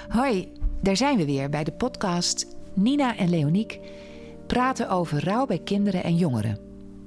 Hoi, daar zijn we weer bij de podcast Nina en Leoniek praten over rouw bij kinderen en jongeren.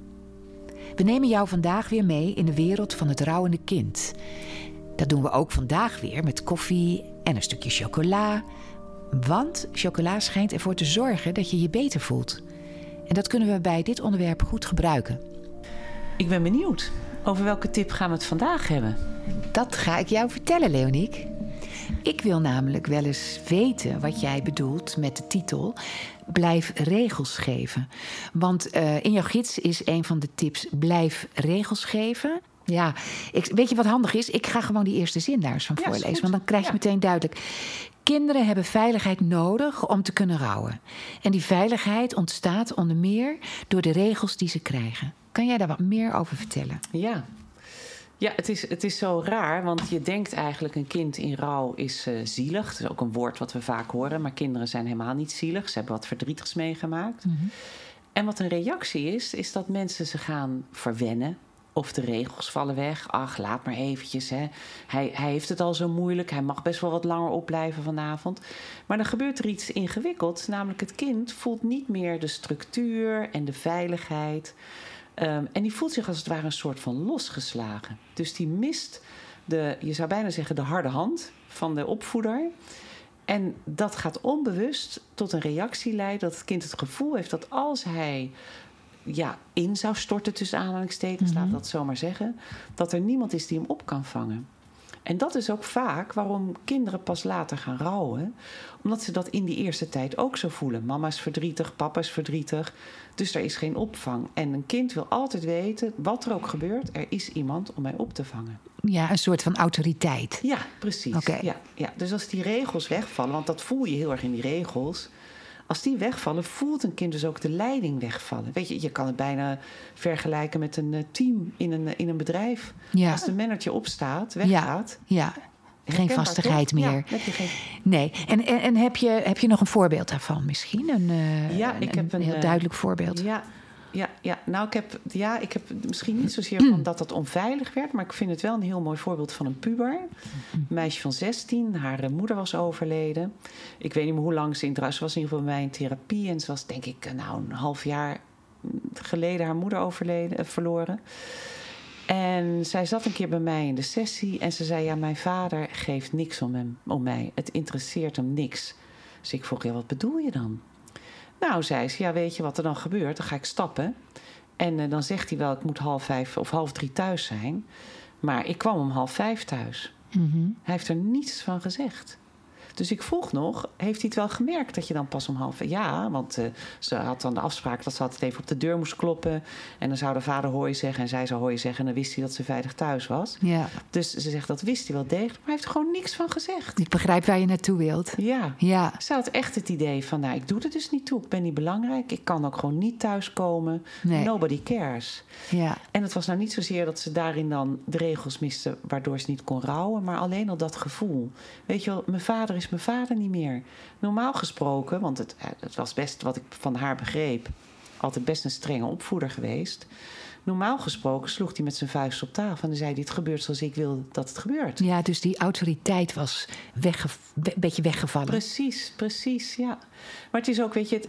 We nemen jou vandaag weer mee in de wereld van het rouwende kind. Dat doen we ook vandaag weer met koffie en een stukje chocola. Want chocola schijnt ervoor te zorgen dat je je beter voelt. En dat kunnen we bij dit onderwerp goed gebruiken. Ik ben benieuwd. Over welke tip gaan we het vandaag hebben? Dat ga ik jou vertellen, Leoniek. Ik wil namelijk wel eens weten wat jij bedoelt met de titel Blijf regels geven. Want in jouw gids is een van de tips blijf regels geven. Ja, weet je wat handig is? Ik ga gewoon die eerste zin daar eens van voorlezen. Want dan krijg je meteen duidelijk. Kinderen hebben veiligheid nodig om te kunnen rouwen. En die veiligheid ontstaat onder meer door de regels die ze krijgen. Kan jij daar wat meer over vertellen? Ja, het is zo raar, want je denkt eigenlijk een kind in rouw is zielig. Dat is ook een woord wat we vaak horen, maar kinderen zijn helemaal niet zielig. Ze hebben wat verdrietigs meegemaakt. Mm-hmm. En wat een reactie is dat mensen ze gaan verwennen. Of de regels vallen weg. Ach, laat maar eventjes. Hè. Hij heeft het al zo moeilijk. Hij mag best wel wat langer opblijven vanavond. Maar dan gebeurt er iets ingewikkelds. Namelijk het kind voelt niet meer de structuur en de veiligheid. En die voelt zich als het ware een soort van losgeslagen. Dus die mist je zou bijna zeggen de harde hand van de opvoeder. En dat gaat onbewust tot een reactie leiden. Dat het kind het gevoel heeft dat als hij in zou storten tussen aanhalingstekens, laat dat zomaar zeggen, dat er niemand is die hem op kan vangen. En dat is ook vaak waarom kinderen pas later gaan rouwen. Omdat ze dat in die eerste tijd ook zo voelen. Mama is verdrietig, papa is verdrietig. Dus er is geen opvang. En een kind wil altijd weten, wat er ook gebeurt, er is iemand om mij op te vangen. Ja, een soort van autoriteit. Ja, precies. Okay. Ja. Dus als die regels wegvallen, want dat voel je heel erg in die regels. Als die wegvallen, voelt een kind dus ook de leiding wegvallen. Weet je kan het bijna vergelijken met een team in een bedrijf. Ja. Als de manager opstaat, weggaat. Ja. Geen vastigheid meer. Ja, heb je geen... Nee. En heb je nog een voorbeeld daarvan misschien? Ik heb een heel duidelijk voorbeeld. Ja. Nou, ik heb misschien niet zozeer van dat onveilig werd, maar ik vind het wel een heel mooi voorbeeld van een puber. Een meisje van 16, haar moeder was overleden. Ik weet niet meer hoe lang ze was in ieder geval bij mij in therapie. En ze was denk ik een half jaar geleden haar moeder verloren. En zij zat een keer bij mij in de sessie en ze zei, ja, mijn vader geeft niks om mij. Het interesseert hem niks. Dus ik vroeg, wat bedoel je dan? Nou, zei ze, weet je wat er dan gebeurt? Dan ga ik stappen. En dan zegt hij wel, ik moet 2:30 of 2:30 thuis zijn. Maar ik kwam om 4:30 thuis. Mm-hmm. Hij heeft er niets van gezegd. Dus ik vroeg nog, heeft hij het wel gemerkt dat je dan pas om 4:30... Ja, want ze had dan de afspraak dat ze altijd even op de deur moest kloppen. En dan zou de vader hoi zeggen en zij zou hoi zeggen. En dan wist hij dat ze veilig thuis was. Ja. Dus ze zegt, dat wist hij wel degelijk. Maar hij heeft er gewoon niks van gezegd. Ik begrijp waar je naartoe wilt. Ja. Ze had echt het idee van, ik doe er dus niet toe. Ik ben niet belangrijk. Ik kan ook gewoon niet thuiskomen. Nee. Nobody cares. Ja. En het was nou niet zozeer dat ze daarin dan de regels miste, waardoor ze niet kon rouwen. Maar alleen al dat gevoel. Weet je wel, mijn vader is mijn vader niet meer. Normaal gesproken, want het was best wat ik van haar begreep, altijd best een strenge opvoeder geweest. Normaal gesproken sloeg hij met zijn vuist op tafel en dan zei hij, het gebeurt zoals ik wil dat het gebeurt. Ja, dus die autoriteit was een beetje weggevallen. Precies, ja. Maar het is ook, weet je,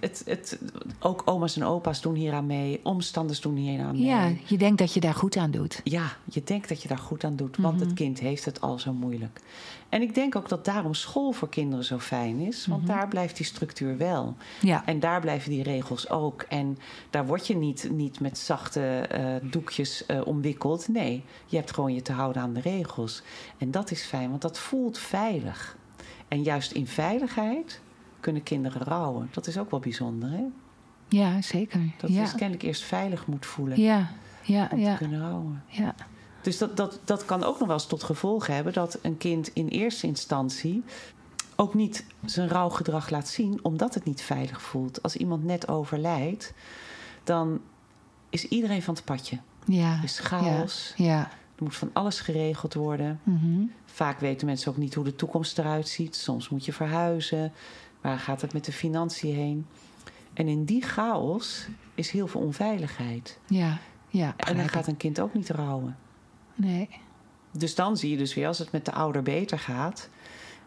ook oma's en opa's doen hier aan mee, omstanders doen hier aan mee. Ja, je denkt dat je daar goed aan doet. Ja, je denkt dat je daar goed aan doet, want het kind heeft het al zo moeilijk. En ik denk ook dat daarom school voor kinderen zo fijn is, want daar blijft die structuur wel. Ja. En daar blijven die regels ook. En daar word je niet met zachte doekjes omwikkeld. Nee, je hebt gewoon je te houden aan de regels. En dat is fijn, want dat voelt veilig. En juist in veiligheid kunnen kinderen rouwen. Dat is ook wel bijzonder, hè? Ja, zeker. Dat je kennelijk eerst veilig moet voelen om te kunnen rouwen. Ja. Dus dat kan ook nog wel eens tot gevolg hebben dat een kind in eerste instantie ook niet zijn rouwgedrag laat zien, omdat het niet veilig voelt. Als iemand net overlijdt, dan is iedereen van het padje. Ja. Er is chaos. Ja. Er moet van alles geregeld worden. Mm-hmm. Vaak weten mensen ook niet hoe de toekomst eruit ziet. Soms moet je verhuizen. Waar gaat het met de financiën heen? En in die chaos is heel veel onveiligheid. Ja. En dan gaat een kind ook niet rouwen. Nee. Dus dan zie je dus weer, als het met de ouder beter gaat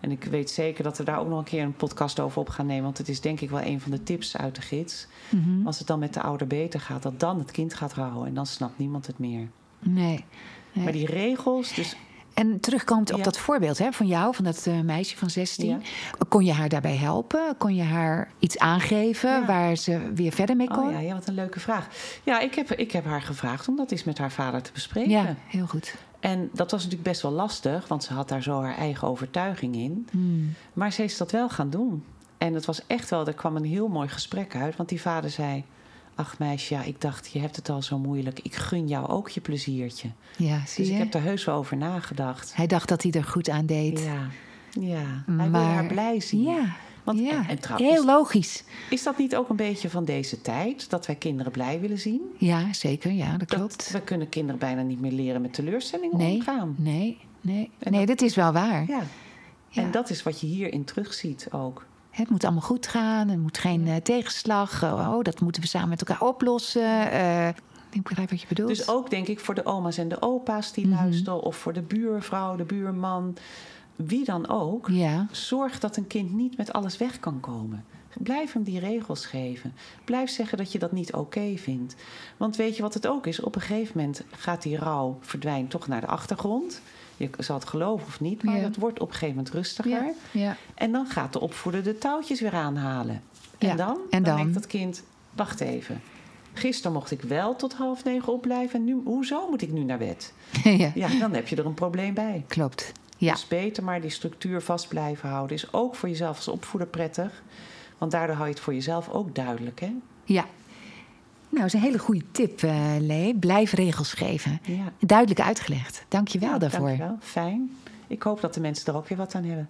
En ik weet zeker dat we daar ook nog een keer een podcast over op gaan nemen. Want het is denk ik wel een van de tips uit de gids. Mm-hmm. Als het dan met de ouder beter gaat, dat dan het kind gaat rouwen. En dan snapt niemand het meer. Nee. Maar die regels... Dus... En terugkomend op dat voorbeeld van jou, van dat meisje van 16. Kon je haar daarbij helpen? Kon je haar iets aangeven waar ze weer verder mee kon? Ja, wat een leuke vraag. Ja, ik heb haar gevraagd om dat eens met haar vader te bespreken. Ja, heel goed. En dat was natuurlijk best wel lastig, want ze had daar zo haar eigen overtuiging in. Maar ze is dat wel gaan doen. En het was echt wel, er kwam een heel mooi gesprek uit. Want die vader zei... Ach meisje, ik dacht, je hebt het al zo moeilijk. Ik gun jou ook je pleziertje. Ja, zie je? Dus ik heb er heus wel over nagedacht. Hij dacht dat hij er goed aan deed. Ja. Hij wil haar blij zien. Ja, want, en trouwens, heel logisch. Is dat niet ook een beetje van deze tijd? Dat wij kinderen blij willen zien? Ja, zeker. Ja, dat klopt. We kunnen kinderen bijna niet meer leren met teleurstellingen omgaan. Nee, dat is wel waar. Ja. En dat is wat je hierin terugziet ook. Het moet allemaal goed gaan. Er moet geen tegenslag. Dat moeten we samen met elkaar oplossen. Ik begrijp wat je bedoelt. Dus ook denk ik voor de oma's en de opa's die luisteren... of voor de buurvrouw, de buurman... wie dan ook... zorg dat een kind niet met alles weg kan komen. Blijf hem die regels geven. Blijf zeggen dat je dat niet oké vindt. Want weet je wat het ook is? Op een gegeven moment gaat die rouw verdwijnt toch naar de achtergrond... Je zal het geloven of niet, maar het wordt op een gegeven moment rustiger. Ja. En dan gaat de opvoeder de touwtjes weer aanhalen. En dan denkt dat kind, wacht even. Gisteren mocht ik wel tot 8:30 opblijven. En nu, hoezo moet ik nu naar bed? Dan heb je er een probleem bij. Klopt. Ja. Dus beter maar die structuur vast blijven houden. Is ook voor jezelf als opvoeder prettig. Want daardoor hou je het voor jezelf ook duidelijk, hè? Ja. Nou, dat is een hele goede tip, Lee. Blijf regels geven. Ja. Duidelijk uitgelegd. Dank je wel daarvoor. Dank je wel. Fijn. Ik hoop dat de mensen er ook weer wat aan hebben.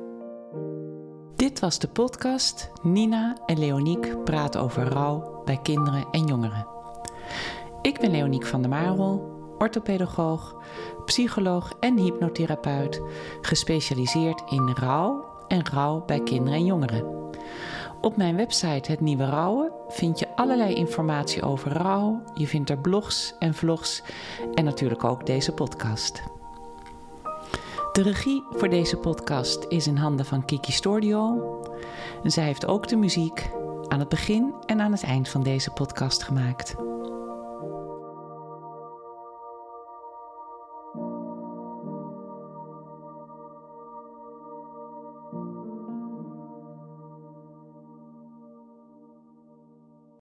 Dit was de podcast Nina en Leonieke praten over rouw bij kinderen en jongeren. Ik ben Leonieke van der Marel, orthopedagoog, psycholoog en hypnotherapeut, gespecialiseerd in rouw en rouw bij kinderen en jongeren. Op mijn website Het Nieuwe Rouwen vind je allerlei informatie over rouw. Je vindt er blogs en vlogs en natuurlijk ook deze podcast. De regie voor deze podcast is in handen van Kiki Stordio. Zij heeft ook de muziek aan het begin en aan het eind van deze podcast gemaakt.